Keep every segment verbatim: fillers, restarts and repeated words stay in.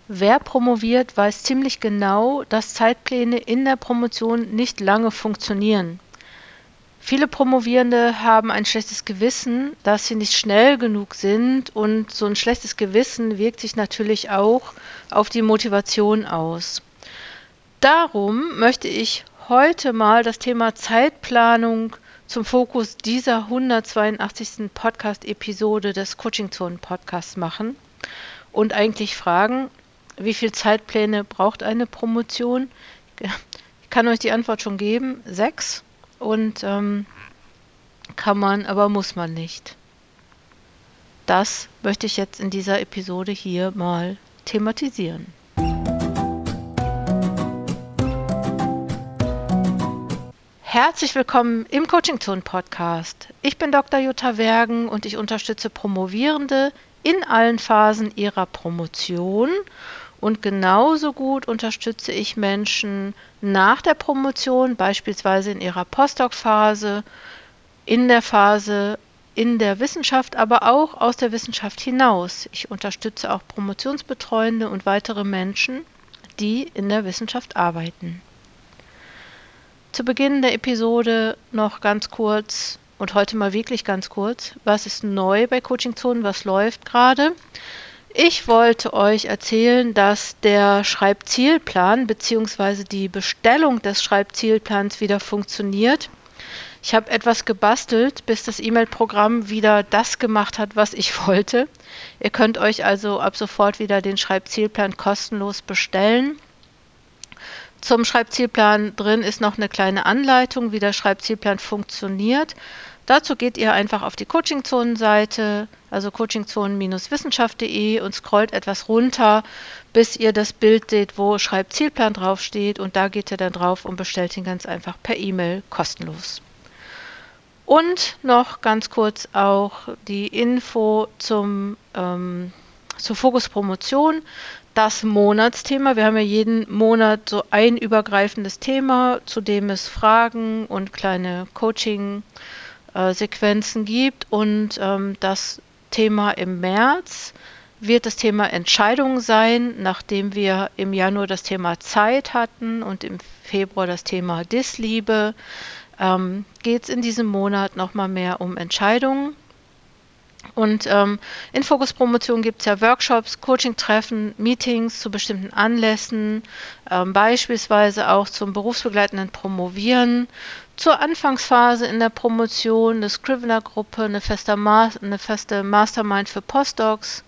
Wer promoviert, weiß ziemlich genau, dass Zeitpläne in der Promotion nicht lange funktionieren. Viele Promovierende haben ein schlechtes Gewissen, dass sie nicht schnell genug sind, und so ein schlechtes Gewissen wirkt sich natürlich auch auf die Motivation aus. Darum möchte ich heute mal das Thema Zeitplanung zum Fokus dieser hundertzweiundachtzigsten Podcast-Episode des Coaching-Zonen-Podcasts machen und eigentlich fragen, wie viele Zeitpläne braucht eine Promotion? Ich kann euch die Antwort schon geben, sechs. Und ähm, kann man, aber muss man nicht. Das möchte ich jetzt in dieser Episode hier mal thematisieren. Herzlich willkommen im Coaching Zone Podcast. Ich bin Doktor Jutta Wergen und ich unterstütze Promovierende in allen Phasen ihrer Promotion. Und genauso gut unterstütze ich Menschen nach der Promotion, beispielsweise in ihrer Postdoc-Phase, in der Phase in der Wissenschaft, aber auch aus der Wissenschaft hinaus. Ich unterstütze auch Promotionsbetreuende und weitere Menschen, die in der Wissenschaft arbeiten. Zu Beginn der Episode noch ganz kurz, und heute mal wirklich ganz kurz, was ist neu bei Coaching Zonen, was läuft gerade? Ich wollte euch erzählen, dass der Schreibzielplan bzw. die Bestellung des Schreibzielplans wieder funktioniert. Ich habe etwas gebastelt, bis das E-Mail-Programm wieder das gemacht hat, was ich wollte. Ihr könnt euch also ab sofort wieder den Schreibzielplan kostenlos bestellen. Zum Schreibzielplan drin ist noch eine kleine Anleitung, wie der Schreibzielplan funktioniert. Dazu geht ihr einfach auf die Coaching-Zonen-Seite, also coachingzonen Bindestrich wissenschaft punkt de, und scrollt etwas runter, bis ihr das Bild seht, wo Schreibzielplan draufsteht, und da geht ihr dann drauf und bestellt ihn ganz einfach per E-Mail kostenlos. Und noch ganz kurz auch die Info zum, ähm, zur Fokus Promotion. Das Monatsthema. Wir haben ja jeden Monat so ein übergreifendes Thema, zu dem es Fragen und kleine Coaching-Sequenzen gibt. Und ähm, das Thema im März wird das Thema Entscheidungen sein, nachdem wir im Januar das Thema Zeit hatten und im Februar das Thema Disliebe. Ähm, geht es in diesem Monat nochmal mehr um Entscheidungen. Und ähm, in Fokus Promotion gibt es ja Workshops, Coaching-Treffen, Meetings zu bestimmten Anlässen, ähm, beispielsweise auch zum berufsbegleitenden Promovieren, zur Anfangsphase in der Promotion, eine Scrivener-Gruppe, eine feste, Ma- eine feste Mastermind für Postdocs,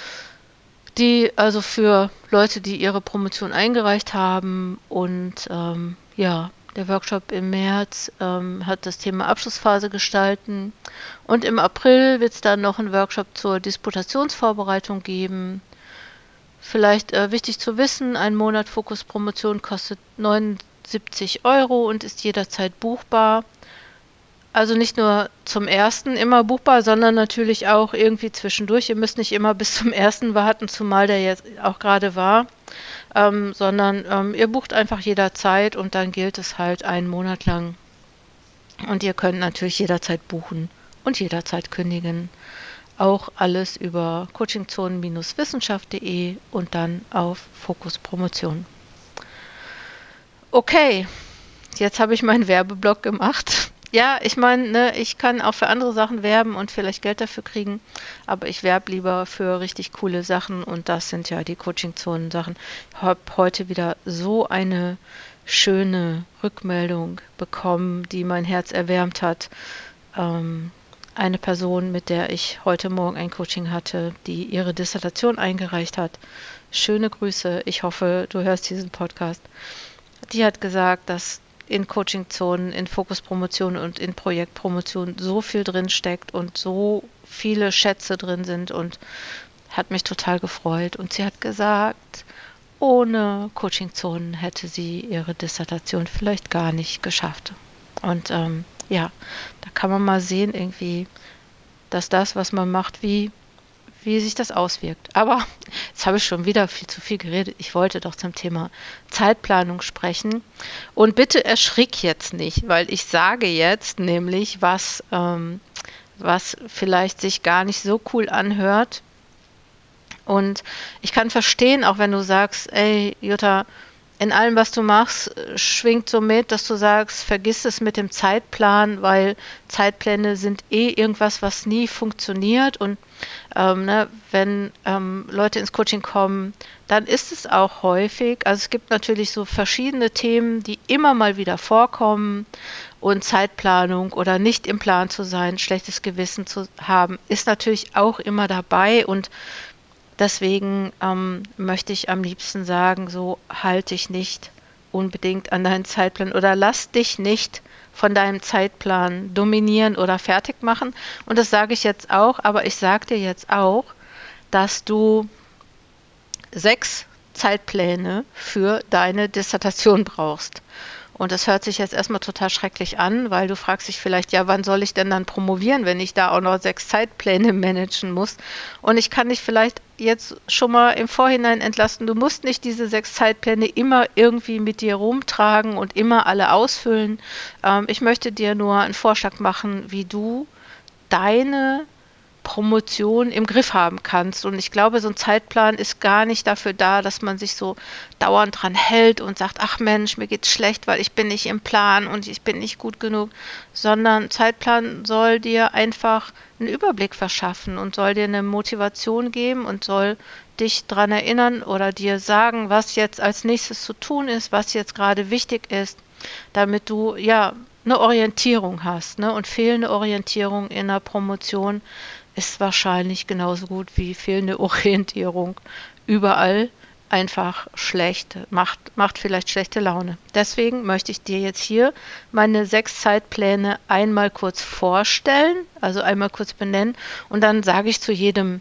die also für Leute, die ihre Promotion eingereicht haben. Und ähm, ja, der Workshop im März ähm, hat das Thema Abschlussphase gestalten, und im April wird es dann noch einen Workshop zur Disputationsvorbereitung geben. Vielleicht äh, wichtig zu wissen, ein Monat Fokus Promotion kostet neunundsiebzig Euro und ist jederzeit buchbar. Also nicht nur zum ersten immer buchbar, sondern natürlich auch irgendwie zwischendurch. Ihr müsst nicht immer bis zum ersten warten, zumal der jetzt auch gerade war. Ähm, sondern ähm, ihr bucht einfach jederzeit und dann gilt es halt einen Monat lang. Und ihr könnt natürlich jederzeit buchen und jederzeit kündigen. Auch alles über coachingzonen Bindestrich wissenschaft punkt de und dann auf Fokus Promotion. Okay, jetzt habe ich meinen Werbeblock gemacht. Ja, ich meine, ne, ich kann auch für andere Sachen werben und vielleicht Geld dafür kriegen, aber ich werbe lieber für richtig coole Sachen, und das sind ja die Coaching-Zonen-Sachen. Ich habe heute wieder so eine schöne Rückmeldung bekommen, die mein Herz erwärmt hat. Ähm, eine Person, mit der ich heute Morgen ein Coaching hatte, die ihre Dissertation eingereicht hat. Schöne Grüße, ich hoffe, du hörst diesen Podcast. Die hat gesagt, dass in Coaching-Zonen, in Fokus-Promotion und in Projektpromotion so viel drin steckt und so viele Schätze drin sind, und hat mich total gefreut. Und sie hat gesagt, ohne Coaching-Zonen hätte sie ihre Dissertation vielleicht gar nicht geschafft. Und ähm, ja, da kann man mal sehen irgendwie, dass das, was man macht, wie wie sich das auswirkt. Aber jetzt habe ich schon wieder viel zu viel geredet. Ich wollte doch zum Thema Zeitplanung sprechen. Und bitte erschrick jetzt nicht, weil ich sage jetzt nämlich, was, ähm, was vielleicht sich gar nicht so cool anhört. Und ich kann verstehen, auch wenn du sagst, ey, Jutta, in allem, was du machst, schwingt so mit, dass du sagst, vergiss es mit dem Zeitplan, weil Zeitpläne sind eh irgendwas, was nie funktioniert. Und ähm, ne, wenn ähm, Leute ins Coaching kommen, dann ist es auch häufig, also es gibt natürlich so verschiedene Themen, die immer mal wieder vorkommen, und Zeitplanung oder nicht im Plan zu sein, schlechtes Gewissen zu haben, ist natürlich auch immer dabei. Und deswegen ähm, möchte ich am liebsten sagen, so halte dich nicht unbedingt an deinen Zeitplan oder lass dich nicht von deinem Zeitplan dominieren oder fertig machen. Und das sage ich jetzt auch, aber ich sage dir jetzt auch, dass du sechs Zeitpläne für deine Dissertation brauchst. Und das hört sich jetzt erstmal total schrecklich an, weil du fragst dich vielleicht, ja, wann soll ich denn dann promovieren, wenn ich da auch noch sechs Zeitpläne managen muss? Und ich kann dich vielleicht jetzt schon mal im Vorhinein entlasten. Du musst nicht diese sechs Zeitpläne immer irgendwie mit dir rumtragen und immer alle ausfüllen. Ähm, ich möchte dir nur einen Vorschlag machen, wie du deine Promotion im Griff haben kannst. Und ich glaube, so ein Zeitplan ist gar nicht dafür da, dass man sich so dauernd dran hält und sagt, ach Mensch, mir geht's schlecht, weil ich bin nicht im Plan und ich bin nicht gut genug, sondern Zeitplan soll dir einfach einen Überblick verschaffen und soll dir eine Motivation geben und soll dich dran erinnern oder dir sagen, was jetzt als nächstes zu tun ist, was jetzt gerade wichtig ist, damit du ja eine Orientierung hast, ne? Und fehlende Orientierung in der Promotion ist wahrscheinlich genauso gut wie fehlende Orientierung überall einfach schlecht, macht, macht vielleicht schlechte Laune. Deswegen möchte ich dir jetzt hier meine sechs Zeitpläne einmal kurz vorstellen, also einmal kurz benennen, und dann sage ich zu jedem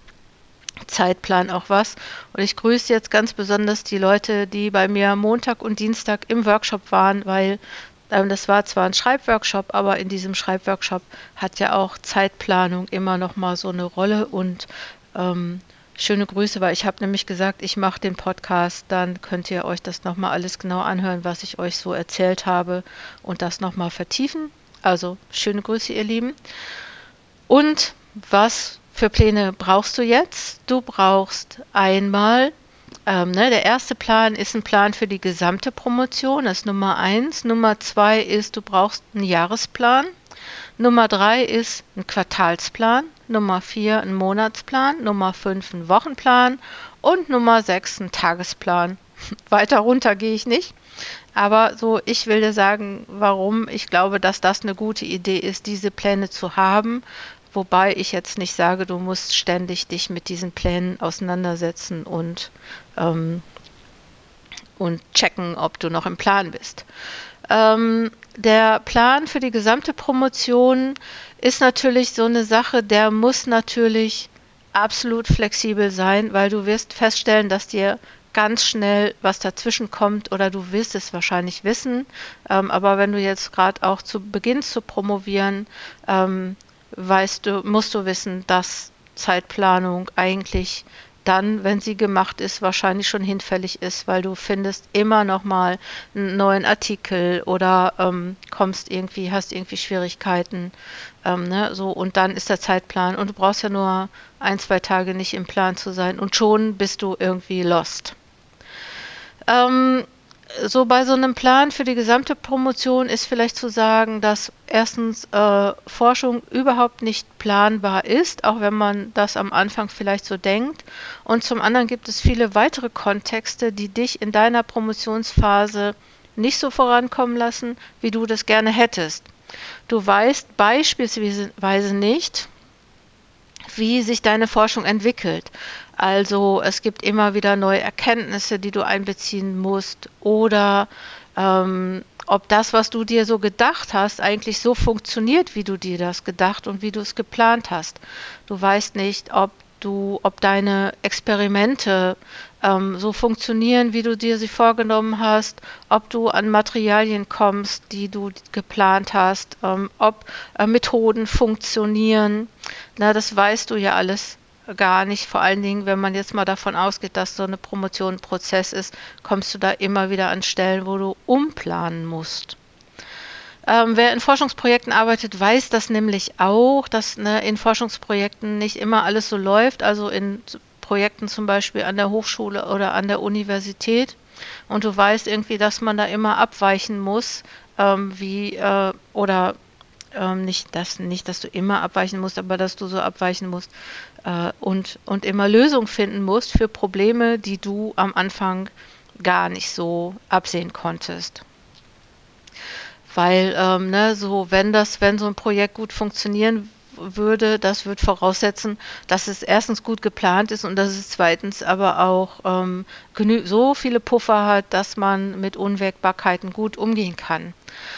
Zeitplan auch was. Und ich grüße jetzt ganz besonders die Leute, die bei mir Montag und Dienstag im Workshop waren, weil ähm, das war zwar ein Schreibworkshop, aber in diesem Schreibworkshop hat ja auch Zeitplanung immer noch mal so eine Rolle. Und ähm, schöne Grüße, weil ich habe nämlich gesagt, ich mache den Podcast, dann könnt ihr euch das noch mal alles genau anhören, was ich euch so erzählt habe und das noch mal vertiefen. Also schöne Grüße, ihr Lieben. Und was für Pläne brauchst du jetzt? Du brauchst einmal, ähm, ne, der erste Plan ist ein Plan für die gesamte Promotion, das ist Nummer eins. Nummer zwei ist, du brauchst einen Jahresplan. Nummer drei ist ein Quartalsplan. Nummer vier ein Monatsplan. Nummer fünf ein Wochenplan. Und Nummer sechs ein Tagesplan. Weiter runter gehe ich nicht. Aber so, ich will dir sagen, warum ich glaube, dass das eine gute Idee ist, diese Pläne zu haben. Wobei ich jetzt nicht sage, du musst ständig dich mit diesen Plänen auseinandersetzen und, ähm, und checken, ob du noch im Plan bist. Ähm, der Plan für die gesamte Promotion ist natürlich so eine Sache, der muss natürlich absolut flexibel sein, weil du wirst feststellen, dass dir ganz schnell was dazwischen kommt oder du wirst es wahrscheinlich wissen. Ähm, aber wenn du jetzt gerade auch zu beginnst zu promovieren, ähm, weißt du, musst du wissen, dass Zeitplanung eigentlich dann, wenn sie gemacht ist, wahrscheinlich schon hinfällig ist, weil du findest immer noch mal einen neuen Artikel oder ähm, kommst irgendwie, hast irgendwie Schwierigkeiten, ähm, ne, so, und dann ist der Zeitplan und du brauchst ja nur ein, zwei Tage nicht im Plan zu sein und schon bist du irgendwie lost. Ähm, So bei so einem Plan für die gesamte Promotion ist vielleicht zu sagen, dass erstens äh, Forschung überhaupt nicht planbar ist, auch wenn man das am Anfang vielleicht so denkt. Und zum anderen gibt es viele weitere Kontexte, die dich in deiner Promotionsphase nicht so vorankommen lassen, wie du das gerne hättest. Du weißt beispielsweise nicht, wie sich deine Forschung entwickelt. Also es gibt immer wieder neue Erkenntnisse, die du einbeziehen musst oder ähm, ob das, was du dir so gedacht hast, eigentlich so funktioniert, wie du dir das gedacht und wie du es geplant hast. Du weißt nicht, ob du, ob deine Experimente ähm, so funktionieren, wie du dir sie vorgenommen hast, ob du an Materialien kommst, die du geplant hast, ähm, ob äh, Methoden funktionieren. Na, das weißt du ja alles gar nicht. Vor allen Dingen, wenn man jetzt mal davon ausgeht, dass so eine Promotion ein Prozess ist, kommst du da immer wieder an Stellen, wo du umplanen musst. Ähm, wer in Forschungsprojekten arbeitet, weiß das nämlich auch, dass ne, in Forschungsprojekten nicht immer alles so läuft. Also in Projekten zum Beispiel an der Hochschule oder an der Universität und du weißt irgendwie, dass man da immer abweichen muss, ähm, wie äh, oder ähm, nicht, dass, nicht, dass du immer abweichen musst, aber dass du so abweichen musst äh, und, und immer Lösungen finden musst für Probleme, die du am Anfang gar nicht so absehen konntest. Weil, ähm, ne, so, wenn das, wenn so ein Projekt gut funktionieren würde, das wird voraussetzen, dass es erstens gut geplant ist und dass es zweitens aber auch ähm, genü- so viele Puffer hat, dass man mit Unwägbarkeiten gut umgehen kann.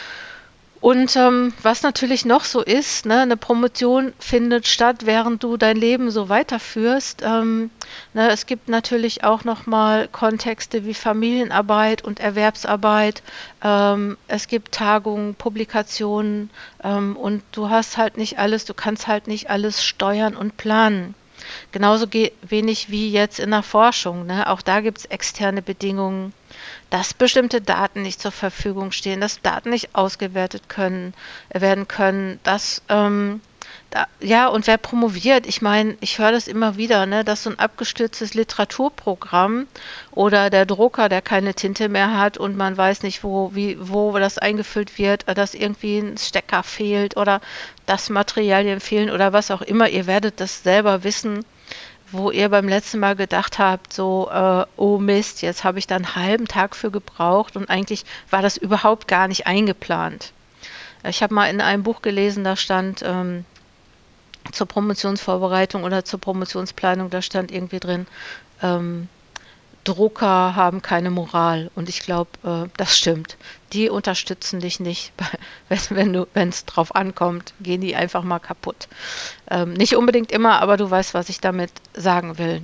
Und ähm, was natürlich noch so ist, ne, eine Promotion findet statt, während du dein Leben so weiterführst. Ähm, ne, es gibt natürlich auch nochmal Kontexte wie Familienarbeit und Erwerbsarbeit. Ähm, es gibt Tagungen, Publikationen ähm, und du hast halt nicht alles, du kannst halt nicht alles steuern und planen. Genauso ge- wenig wie jetzt in der Forschung. Ne? Auch da gibt es externe Bedingungen, dass bestimmte Daten nicht zur Verfügung stehen, dass Daten nicht ausgewertet können, werden können, dass ähm, da, ja, und wer promoviert? Ich meine, ich höre das immer wieder, ne, dass so ein abgestürztes Literaturprogramm oder der Drucker, der keine Tinte mehr hat und man weiß nicht, wo, wie, wo das eingefüllt wird, dass irgendwie ein Stecker fehlt oder dass Materialien fehlen oder was auch immer. Ihr werdet das selber wissen, wo ihr beim letzten Mal gedacht habt, so, äh, oh Mist, jetzt habe ich da einen halben Tag für gebraucht und eigentlich war das überhaupt gar nicht eingeplant. Ich habe mal in einem Buch gelesen, da stand ähm, zur Promotionsvorbereitung oder zur Promotionsplanung, da stand irgendwie drin, ähm, Drucker haben keine Moral. Und ich glaube, äh, das stimmt. Die unterstützen dich nicht. wenn, wenn du, wenn es drauf ankommt, gehen die einfach mal kaputt. Ähm, nicht unbedingt immer, aber du weißt, was ich damit sagen will.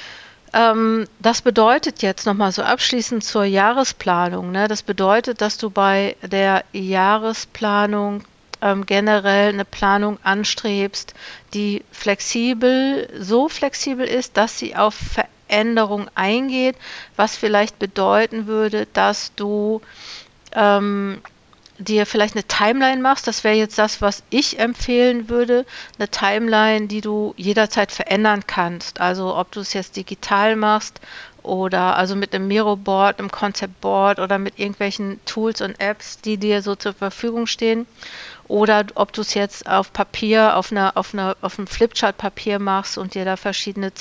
Ähm, das bedeutet jetzt nochmal so abschließend zur Jahresplanung. Ne? Das bedeutet, dass du bei der Jahresplanung ähm, generell eine Planung anstrebst, die flexibel, so flexibel ist, dass sie auf Veränderung eingeht, was vielleicht bedeuten würde, dass du ähm, dir vielleicht eine Timeline machst. Das wäre jetzt das, was ich empfehlen würde. Eine Timeline, die du jederzeit verändern kannst. Also ob du es jetzt digital machst oder also mit einem Miro-Board, einem Concept-Board oder mit irgendwelchen Tools und Apps, die dir so zur Verfügung stehen. Oder ob du es jetzt auf Papier, auf einer, auf einer, auf einem Flipchart-Papier machst und dir da verschiedene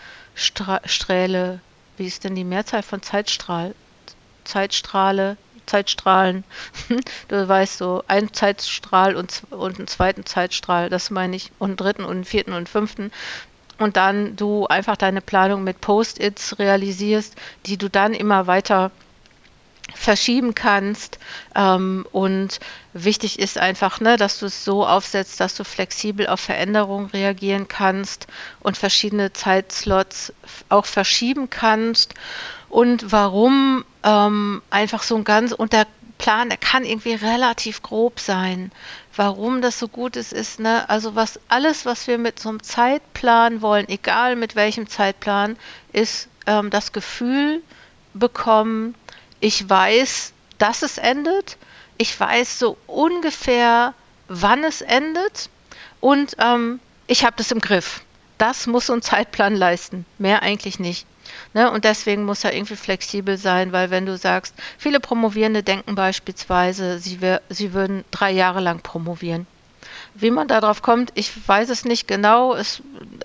Zeitsträhle, wie ist denn die Mehrzahl von Zeitstrahl? Zeitstrahle, Zeitstrahlen. Du weißt so, ein Zeitstrahl und, und einen zweiten Zeitstrahl, das meine ich, und einen dritten und einen vierten und einen fünften. Und dann du einfach deine Planung mit Post-its realisierst, die du dann immer weiter verschieben kannst. Ähm, und wichtig ist einfach, ne, dass du es so aufsetzt, dass du flexibel auf Veränderungen reagieren kannst und verschiedene Zeitslots auch verschieben kannst. Und warum ähm, einfach so ein ganz, und der Plan, der kann irgendwie relativ grob sein. Warum das so gut ist, ist, ne, also was alles, was wir mit so einem Zeitplan wollen, egal mit welchem Zeitplan, ist ähm, das Gefühl bekommen, ich weiß, dass es endet. Ich weiß so ungefähr, wann es endet. Und ähm, ich habe das im Griff. Das muss so ein Zeitplan leisten. Mehr eigentlich nicht. Ne? Und deswegen muss er irgendwie flexibel sein, weil wenn du sagst, viele Promovierende denken beispielsweise, sie, wär, sie würden drei Jahre lang promovieren. Wie man darauf kommt, ich weiß es nicht genau. Es,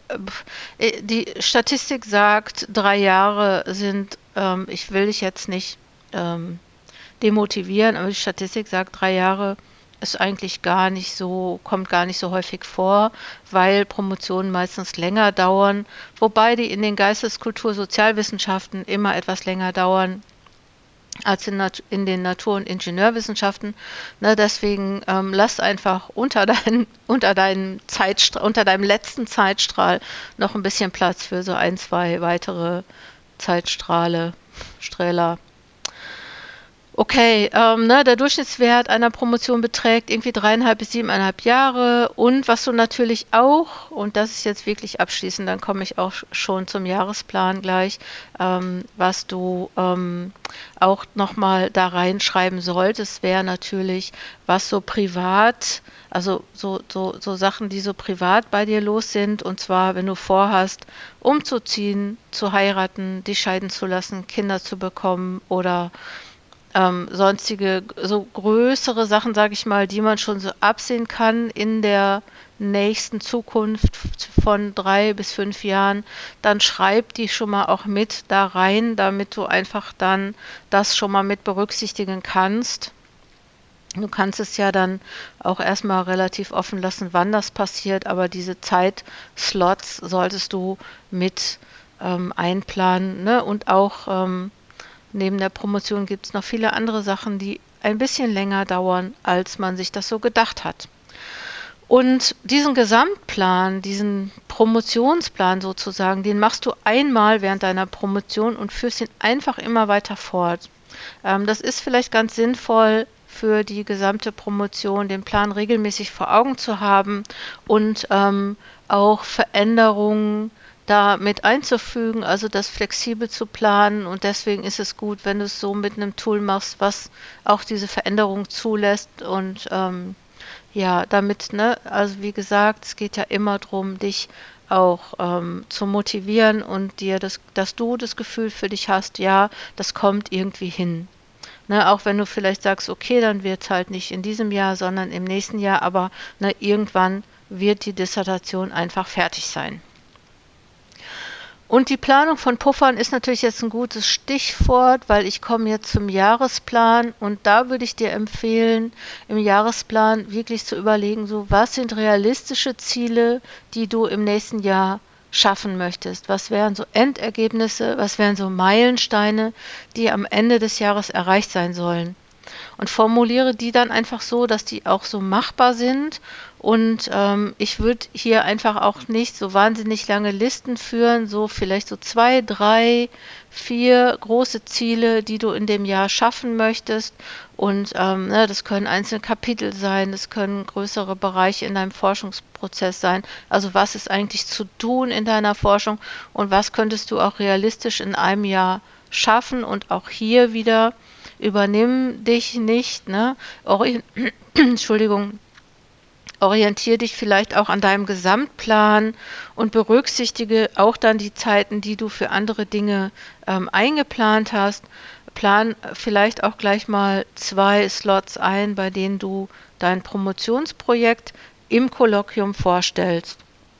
äh, die Statistik sagt, drei Jahre sind, ähm, ich will dich jetzt nicht ähm, demotivieren, aber die Statistik sagt, drei Jahre ist eigentlich gar nicht so, kommt gar nicht so häufig vor, weil Promotionen meistens länger dauern, wobei die in den Geistes-, Kultur-, Sozialwissenschaften immer etwas länger dauern als in, Nat- in den Natur- und Ingenieurwissenschaften. Ne, deswegen ähm, lass einfach unter, dein, unter, deinem Zeitstra- unter deinem letzten Zeitstrahl noch ein bisschen Platz für so ein, zwei weitere Zeitstrahle, Strähler. Okay, ähm, ne, der Durchschnittswert einer Promotion beträgt irgendwie dreieinhalb bis siebeneinhalb Jahre. Und was du natürlich auch, und das ist jetzt wirklich abschließend, dann komme ich auch schon zum Jahresplan gleich, ähm, was du ähm, auch nochmal da reinschreiben solltest, wäre natürlich, was so privat, also so, so, so Sachen, die so privat bei dir los sind. Und zwar, wenn du vorhast, umzuziehen, zu heiraten, dich scheiden zu lassen, Kinder zu bekommen oder ähm, sonstige, so größere Sachen, sage ich mal, die man schon so absehen kann in der nächsten Zukunft von drei bis fünf Jahren, dann schreib die schon mal auch mit da rein, damit du einfach dann das schon mal mit berücksichtigen kannst. Du kannst es ja dann auch erstmal relativ offen lassen, wann das passiert, aber diese Zeitslots solltest du mit ähm, einplanen, ne? Und auch ähm, neben der Promotion gibt es noch viele andere Sachen, die ein bisschen länger dauern, als man sich das so gedacht hat. Und diesen Gesamtplan, diesen Promotionsplan sozusagen, den machst du einmal während deiner Promotion und führst ihn einfach immer weiter fort. Ähm, das ist vielleicht ganz sinnvoll für die gesamte Promotion, den Plan regelmäßig vor Augen zu haben und ähm, auch Veränderungen da mit einzufügen, also das flexibel zu planen. Und deswegen ist es gut, wenn du es so mit einem Tool machst, was auch diese Veränderung zulässt. Und ähm, ja, damit, ne, also wie gesagt, es geht ja immer darum, dich auch ähm, zu motivieren und dir das, dass du das Gefühl für dich hast, ja, das kommt irgendwie hin. Ne, auch wenn du vielleicht sagst, okay, dann wird es halt nicht in diesem Jahr, sondern im nächsten Jahr, aber ne, irgendwann wird die Dissertation einfach fertig sein. Und die Planung von Puffern ist natürlich jetzt ein gutes Stichwort, weil ich komme jetzt zum Jahresplan und da würde ich dir empfehlen, im Jahresplan wirklich zu überlegen, so was sind realistische Ziele, die du im nächsten Jahr schaffen möchtest. Was wären so Endergebnisse, was wären so Meilensteine, die am Ende des Jahres erreicht sein sollen. Und formuliere die dann einfach so, dass die auch so machbar sind. Und ähm, ich würde hier einfach auch nicht so wahnsinnig lange Listen führen, so vielleicht so zwei, drei, vier große Ziele, die du in dem Jahr schaffen möchtest. Und ähm, ne, das können einzelne Kapitel sein, das können größere Bereiche in deinem Forschungsprozess sein. Also was ist eigentlich zu tun in deiner Forschung und was könntest du auch realistisch in einem Jahr schaffen? Und auch hier wieder übernimm dich nicht, ne? Ori Entschuldigung, orientiere dich vielleicht auch an deinem Gesamtplan und berücksichtige auch dann die Zeiten, die du für andere Dinge ähm, eingeplant hast. Plan vielleicht auch gleich mal zwei Slots ein, bei denen du dein Promotionsprojekt im Kolloquium vorstellst.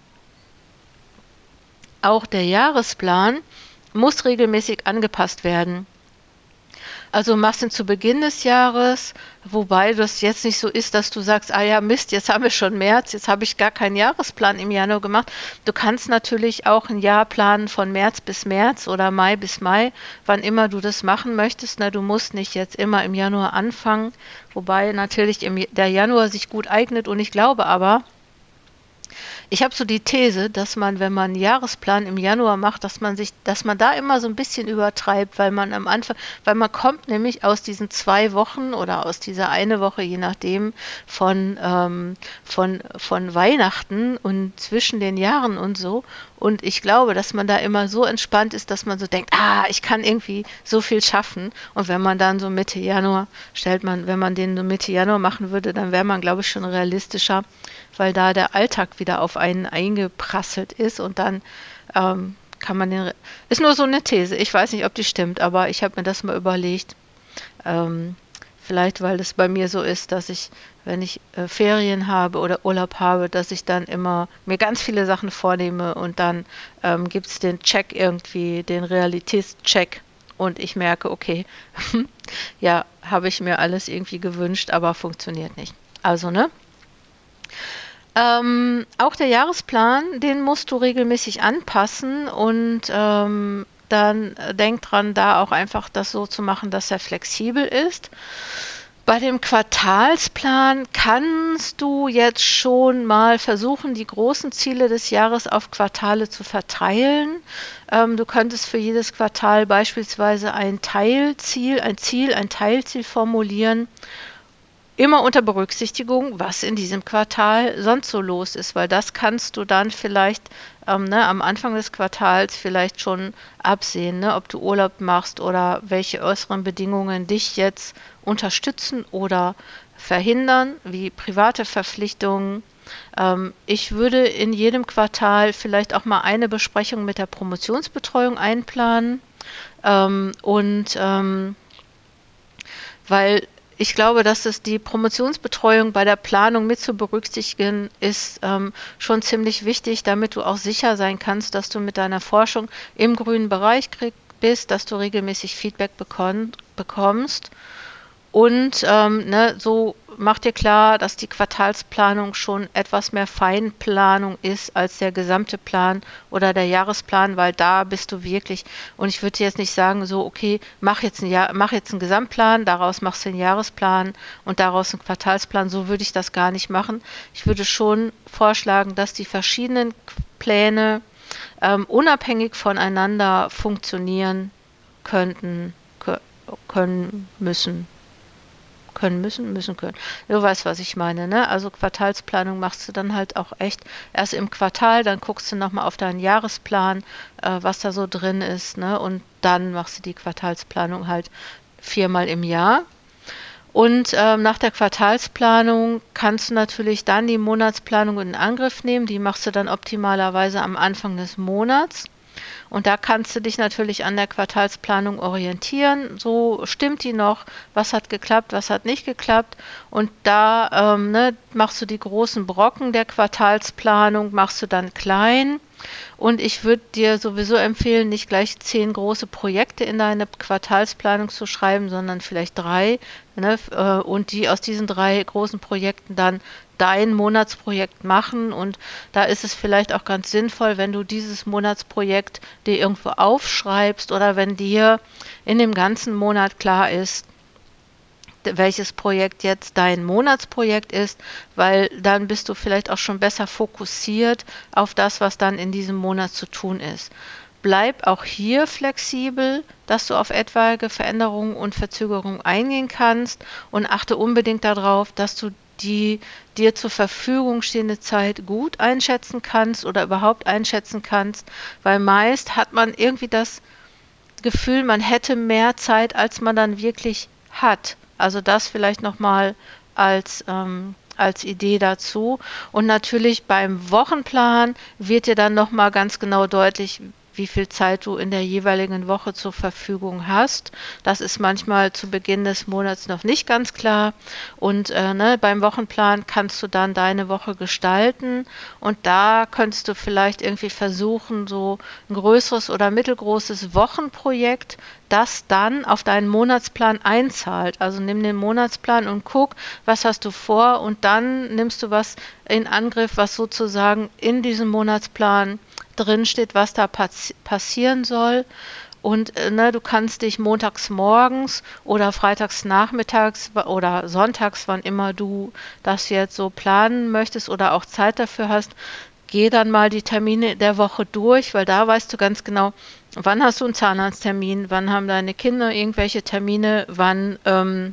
Auch der Jahresplan muss regelmäßig angepasst werden. Also machst ihn zu Beginn des Jahres, wobei das jetzt nicht so ist, dass du sagst, ah ja Mist, jetzt haben wir schon März, jetzt habe ich gar keinen Jahresplan im Januar gemacht. Du kannst natürlich auch ein Jahr planen von März bis März oder Mai bis Mai, wann immer du das machen möchtest. Na, du musst nicht jetzt immer im Januar anfangen, wobei natürlich im, der Januar sich gut eignet und ich glaube aber, ich habe so die These, dass man, wenn man einen Jahresplan im Januar macht, dass man sich, dass man da immer so ein bisschen übertreibt, weil man am Anfang, weil man kommt nämlich aus diesen zwei Wochen oder aus dieser eine Woche, je nachdem, von, ähm, von, von Weihnachten und zwischen den Jahren und so. Und ich glaube, dass man da immer so entspannt ist, dass man so denkt, ah, ich kann irgendwie so viel schaffen. Und wenn man dann so Mitte Januar, stellt man, wenn man den so Mitte Januar machen würde, dann wäre man, glaube ich, schon realistischer, weil da der Alltag wieder auf einen eingeprasselt ist und dann ähm, kann man den, ist nur so eine These, ich weiß nicht, ob die stimmt, aber ich habe mir das mal überlegt, ähm, vielleicht weil es bei mir so ist, dass ich, wenn ich äh, Ferien habe oder Urlaub habe, dass ich dann immer mir ganz viele Sachen vornehme und dann ähm, gibt es den Check irgendwie, den Realitätscheck und ich merke, okay, ja, habe ich mir alles irgendwie gewünscht, aber funktioniert nicht. Also, ne? Ähm, auch der Jahresplan, den musst du regelmäßig anpassen und ähm, dann denk dran, da auch einfach das so zu machen, dass er flexibel ist. Bei dem Quartalsplan kannst du jetzt schon mal versuchen, die großen Ziele des Jahres auf Quartale zu verteilen. Ähm, du könntest für jedes Quartal beispielsweise ein Teilziel, ein Ziel, ein Teilziel formulieren. Immer unter Berücksichtigung, was in diesem Quartal sonst so los ist, weil das kannst du dann vielleicht ähm, ne, am Anfang des Quartals vielleicht schon absehen, ne, ob du Urlaub machst oder welche äußeren Bedingungen dich jetzt unterstützen oder verhindern, wie private Verpflichtungen. Ähm, ich würde in jedem Quartal vielleicht auch mal eine Besprechung mit der Promotionsbetreuung einplanen ähm, und ähm, weil ich glaube, dass es die Promotionsbetreuung bei der Planung mit zu berücksichtigen ist ähm, schon ziemlich wichtig, damit du auch sicher sein kannst, dass du mit deiner Forschung im grünen Bereich krieg, bist, dass du regelmäßig Feedback bekon, bekommst. Und ähm, ne, so mach dir klar, dass die Quartalsplanung schon etwas mehr Feinplanung ist als der gesamte Plan oder der Jahresplan, weil da bist du wirklich, und ich würde jetzt nicht sagen, so, okay, mach jetzt, ein Jahr, mach jetzt einen Gesamtplan, daraus machst du einen Jahresplan und daraus einen Quartalsplan, so würde ich das gar nicht machen. Ich würde schon vorschlagen, dass die verschiedenen Pläne ähm, unabhängig voneinander funktionieren könnten, können, müssen. können müssen, müssen können. Du weißt, was ich meine, ne? Also Quartalsplanung machst du dann halt auch echt erst im Quartal, dann guckst du nochmal auf deinen Jahresplan, äh, was da so drin ist, ne? Und dann machst du die Quartalsplanung halt viermal im Jahr. Und ähm, nach der Quartalsplanung kannst du natürlich dann die Monatsplanung in Angriff nehmen. Die machst du dann optimalerweise am Anfang des Monats. Und da kannst du dich natürlich an der Quartalsplanung orientieren. So stimmt die noch? Was hat geklappt? Was hat nicht geklappt? Und da ähm, ne, machst du die großen Brocken der Quartalsplanung, machst du dann klein. Und ich würde dir sowieso empfehlen, nicht gleich zehn große Projekte in deine Quartalsplanung zu schreiben, sondern vielleicht drei. Ne, äh, und die aus diesen drei großen Projekten dann dein Monatsprojekt machen. Und da ist es vielleicht auch ganz sinnvoll, wenn du dieses Monatsprojekt dir irgendwo aufschreibst oder wenn dir in dem ganzen Monat klar ist, welches Projekt jetzt dein Monatsprojekt ist, weil dann bist du vielleicht auch schon besser fokussiert auf das, was dann in diesem Monat zu tun ist. Bleib auch hier flexibel, dass du auf etwaige Veränderungen und Verzögerungen eingehen kannst und achte unbedingt darauf, dass du die dir zur Verfügung stehende Zeit gut einschätzen kannst oder überhaupt einschätzen kannst, weil meist hat man irgendwie das Gefühl, man hätte mehr Zeit, als man dann wirklich hat. Also das vielleicht nochmal als, ähm, als Idee dazu. Und natürlich beim Wochenplan wird dir dann nochmal ganz genau deutlich, wie viel Zeit du in der jeweiligen Woche zur Verfügung hast. Das ist manchmal zu Beginn des Monats noch nicht ganz klar. Und äh, ne, beim Wochenplan kannst du dann deine Woche gestalten. Und da könntest du vielleicht irgendwie versuchen, so ein größeres oder mittelgroßes Wochenprojekt, das dann auf deinen Monatsplan einzahlt. Also nimm den Monatsplan und guck, was hast du vor, und dann nimmst du was in Angriff, was sozusagen in diesem Monatsplan drin steht, was da pass passieren soll. Und äh, ne, du kannst dich montags morgens oder freitags nachmittags oder sonntags, wann immer du das jetzt so planen möchtest oder auch Zeit dafür hast, geh dann mal die Termine der Woche durch, weil da weißt du ganz genau, wann hast du einen Zahnarzttermin, wann haben deine Kinder irgendwelche Termine, wann ähm,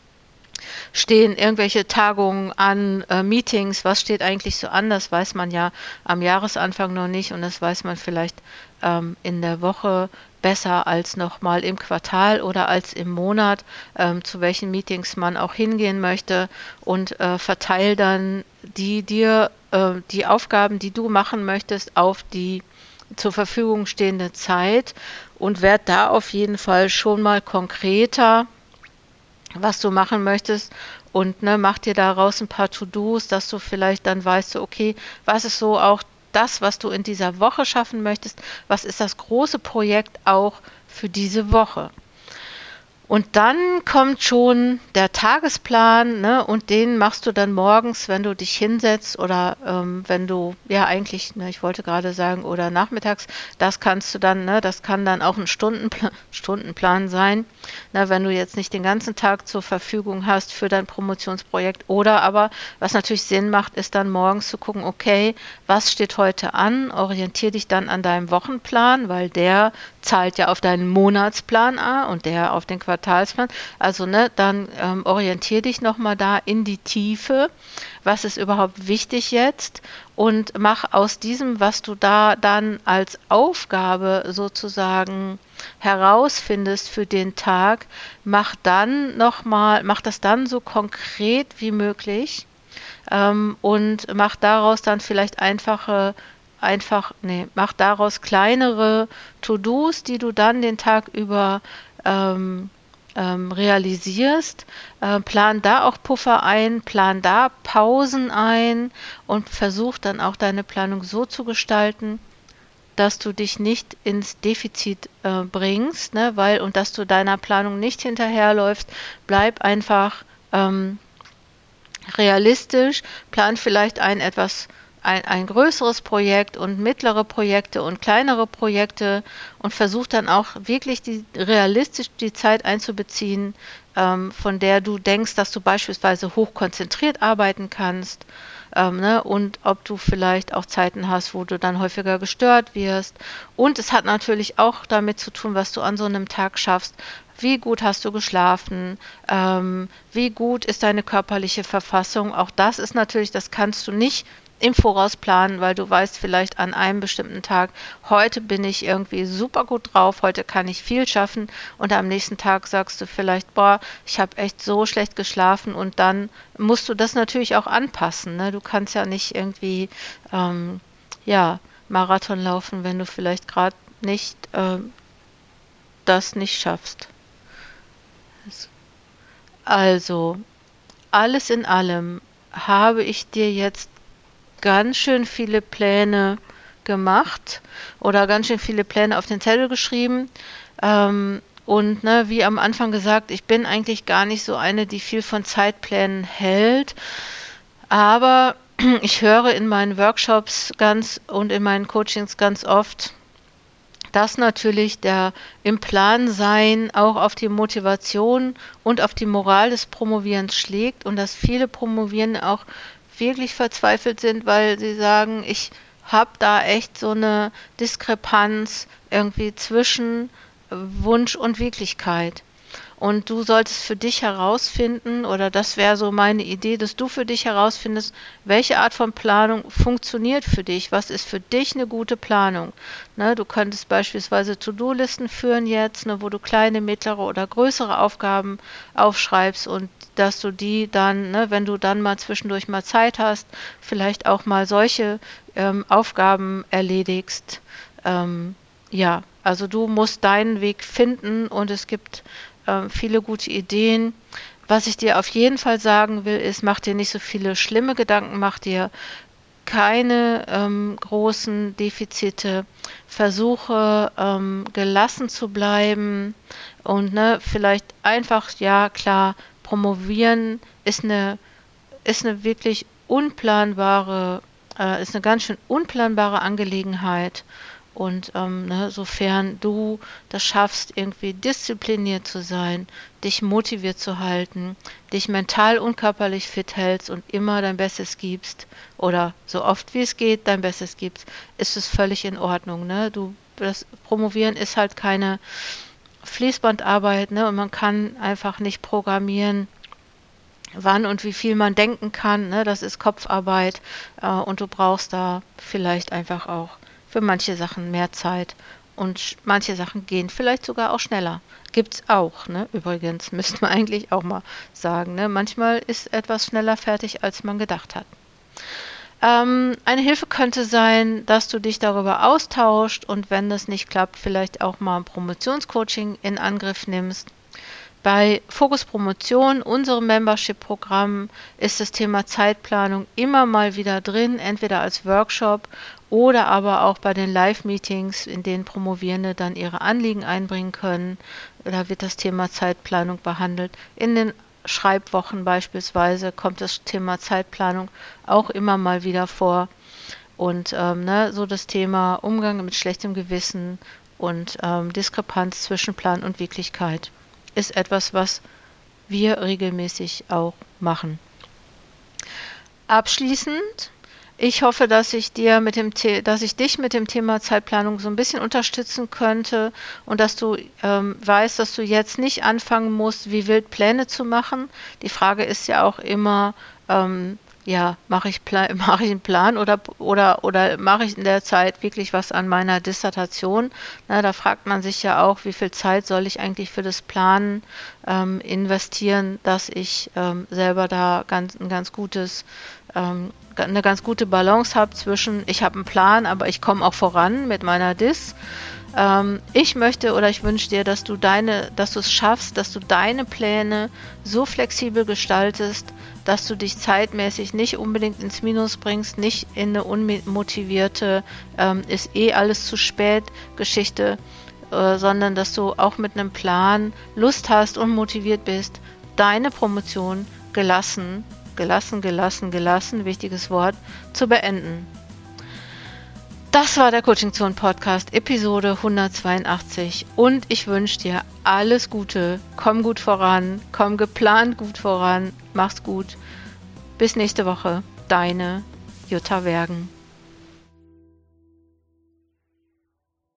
stehen irgendwelche Tagungen an, äh, Meetings, was steht eigentlich so an, das weiß man ja am Jahresanfang noch nicht, und das weiß man vielleicht ähm, in der Woche besser als nochmal im Quartal oder als im Monat, ähm, zu welchen Meetings man auch hingehen möchte, und äh, verteil dann die dir äh, die Aufgaben, die du machen möchtest, auf die zur Verfügung stehende Zeit und werd da auf jeden Fall schon mal konkreter, was du machen möchtest, und ne, mach dir daraus ein paar To-Dos, dass du vielleicht dann weißt, so, okay, was ist so auch das, was du in dieser Woche schaffen möchtest, was ist das große Projekt auch für diese Woche. Und dann kommt schon der Tagesplan, ne, und den machst du dann morgens, wenn du dich hinsetzt oder ähm, wenn du, ja eigentlich, ne, ich wollte gerade sagen, oder nachmittags, das kannst du dann, ne, das kann dann auch ein Stundenplan, Stundenplan sein, ne, wenn du jetzt nicht den ganzen Tag zur Verfügung hast für dein Promotionsprojekt. Oder aber, was natürlich Sinn macht, ist dann morgens zu gucken, okay, was steht heute an, orientiere dich dann an deinem Wochenplan, weil der zahlt ja auf deinen Monatsplan an und der auf den Quartalsplan. Also ne, dann ähm, orientier dich nochmal da in die Tiefe. Was ist überhaupt wichtig jetzt? Und mach aus diesem, was du da dann als Aufgabe sozusagen herausfindest für den Tag, mach dann nochmal, mach das dann so konkret wie möglich ähm, und mach daraus dann vielleicht einfache einfach, nee, mach daraus kleinere To-Dos, die du dann den Tag über ähm, ähm, realisierst. Äh, plan da auch Puffer ein, plan da Pausen ein und versuch dann auch deine Planung so zu gestalten, dass du dich nicht ins Defizit äh, bringst, ne, weil und dass du deiner Planung nicht hinterherläufst. Bleib einfach ähm, realistisch, plan vielleicht ein etwas ein, ein größeres Projekt und mittlere Projekte und kleinere Projekte und versuch dann auch wirklich die, realistisch die Zeit einzubeziehen, ähm, von der du denkst, dass du beispielsweise hochkonzentriert arbeiten kannst, ähm, ne, und ob du vielleicht auch Zeiten hast, wo du dann häufiger gestört wirst. Und es hat natürlich auch damit zu tun, was du an so einem Tag schaffst. Wie gut hast du geschlafen? Ähm, wie gut ist deine körperliche Verfassung? Auch das ist natürlich, das kannst du nicht im Voraus planen, weil du weißt vielleicht an einem bestimmten Tag, heute bin ich irgendwie super gut drauf, heute kann ich viel schaffen und am nächsten Tag sagst du vielleicht, boah, ich habe echt so schlecht geschlafen und dann musst du das natürlich auch anpassen. Ne? Du kannst ja nicht irgendwie ähm, ja, Marathon laufen, wenn du vielleicht gerade nicht äh, das nicht schaffst. Also, alles in allem habe ich dir jetzt ganz schön viele Pläne gemacht oder ganz schön viele Pläne auf den Zettel geschrieben. Ähm, und ne, wie am Anfang gesagt, ich bin eigentlich gar nicht so eine, die viel von Zeitplänen hält. Aber ich höre in meinen Workshops ganz und in meinen Coachings ganz oft, dass natürlich der im Plan sein auch auf die Motivation und auf die Moral des Promovierens schlägt und dass viele Promovierende auch wirklich verzweifelt sind, weil sie sagen, ich habe da echt so eine Diskrepanz irgendwie zwischen Wunsch und Wirklichkeit. Und du solltest für dich herausfinden, oder das wäre so meine Idee, dass du für dich herausfindest, welche Art von Planung funktioniert für dich, was ist für dich eine gute Planung. Ne, du könntest beispielsweise To-Do-Listen führen jetzt, ne, wo du kleine, mittlere oder größere Aufgaben aufschreibst und dass du die dann, ne, wenn du dann mal zwischendurch mal Zeit hast, vielleicht auch mal solche ähm, Aufgaben erledigst. Ähm, ja, also du musst deinen Weg finden und es gibt äh, viele gute Ideen. Was ich dir auf jeden Fall sagen will, ist, mach dir nicht so viele schlimme Gedanken, mach dir keine ähm, großen Defizite, versuche ähm, gelassen zu bleiben und ne, vielleicht einfach, ja klar, promovieren ist eine, ist eine wirklich unplanbare, äh, ist eine ganz schön unplanbare Angelegenheit. Und ähm, ne, sofern du das schaffst, irgendwie diszipliniert zu sein, dich motiviert zu halten, dich mental und körperlich fit hältst und immer dein Bestes gibst oder so oft wie es geht dein Bestes gibst, ist es völlig in Ordnung. Ne? Du, das Promovieren ist halt keine Fließbandarbeit, ne? Und man kann einfach nicht programmieren, wann und wie viel man denken kann. Ne? Das ist Kopfarbeit äh, und du brauchst da vielleicht einfach auch für manche Sachen mehr Zeit und manche Sachen gehen vielleicht sogar auch schneller. Gibt's auch, ne? Übrigens, müsste man eigentlich auch mal sagen, ne? Manchmal ist etwas schneller fertig, als man gedacht hat. Ähm, eine Hilfe könnte sein, dass du dich darüber austauscht und wenn das nicht klappt, vielleicht auch mal ein Promotionscoaching in Angriff nimmst. Bei Fokus Promotion, unserem Membership-Programm, ist das Thema Zeitplanung immer mal wieder drin, entweder als Workshop oder aber auch bei den Live-Meetings, in denen Promovierende dann ihre Anliegen einbringen können. da wird das Thema Zeitplanung behandelt. In den Schreibwochen beispielsweise kommt das Thema Zeitplanung auch immer mal wieder vor. Und ähm, ne, so das Thema Umgang mit schlechtem Gewissen und ähm, Diskrepanz zwischen Plan und Wirklichkeit ist etwas, was wir regelmäßig auch machen. Abschließend, ich hoffe, dass ich dir mit dem The- dass ich dich mit dem Thema Zeitplanung so ein bisschen unterstützen könnte und dass du ähm, weißt, dass du jetzt nicht anfangen musst, wie wild Pläne zu machen. Die Frage ist ja auch immer, ähm, ja, mache ich, Pla- mache ich einen Plan oder, oder, oder mache ich in der Zeit wirklich was an meiner Dissertation? Na, da fragt man sich ja auch, wie viel Zeit soll ich eigentlich für das Planen ähm, investieren, dass ich ähm, selber da ganz, ein ganz gutes, ähm, eine ganz gute Balance habe zwischen, ich habe einen Plan, aber ich komme auch voran mit meiner Dis. Ähm, ich möchte oder ich wünsche dir, dass du deine, dass du es schaffst, dass du deine Pläne so flexibel gestaltest, dass du dich zeitmäßig nicht unbedingt ins Minus bringst, nicht in eine unmotivierte, ähm, ist eh alles zu spät Geschichte, äh, sondern dass du auch mit einem Plan Lust hast und motiviert bist, deine Promotion gelassen, gelassen, gelassen, gelassen, wichtiges Wort, zu beenden. Das war der Coaching Zone Podcast, Episode hundertzweiundachtzig und ich wünsche dir alles Gute, komm gut voran, komm geplant gut voran, mach's gut. Bis nächste Woche, deine Jutta Wergen.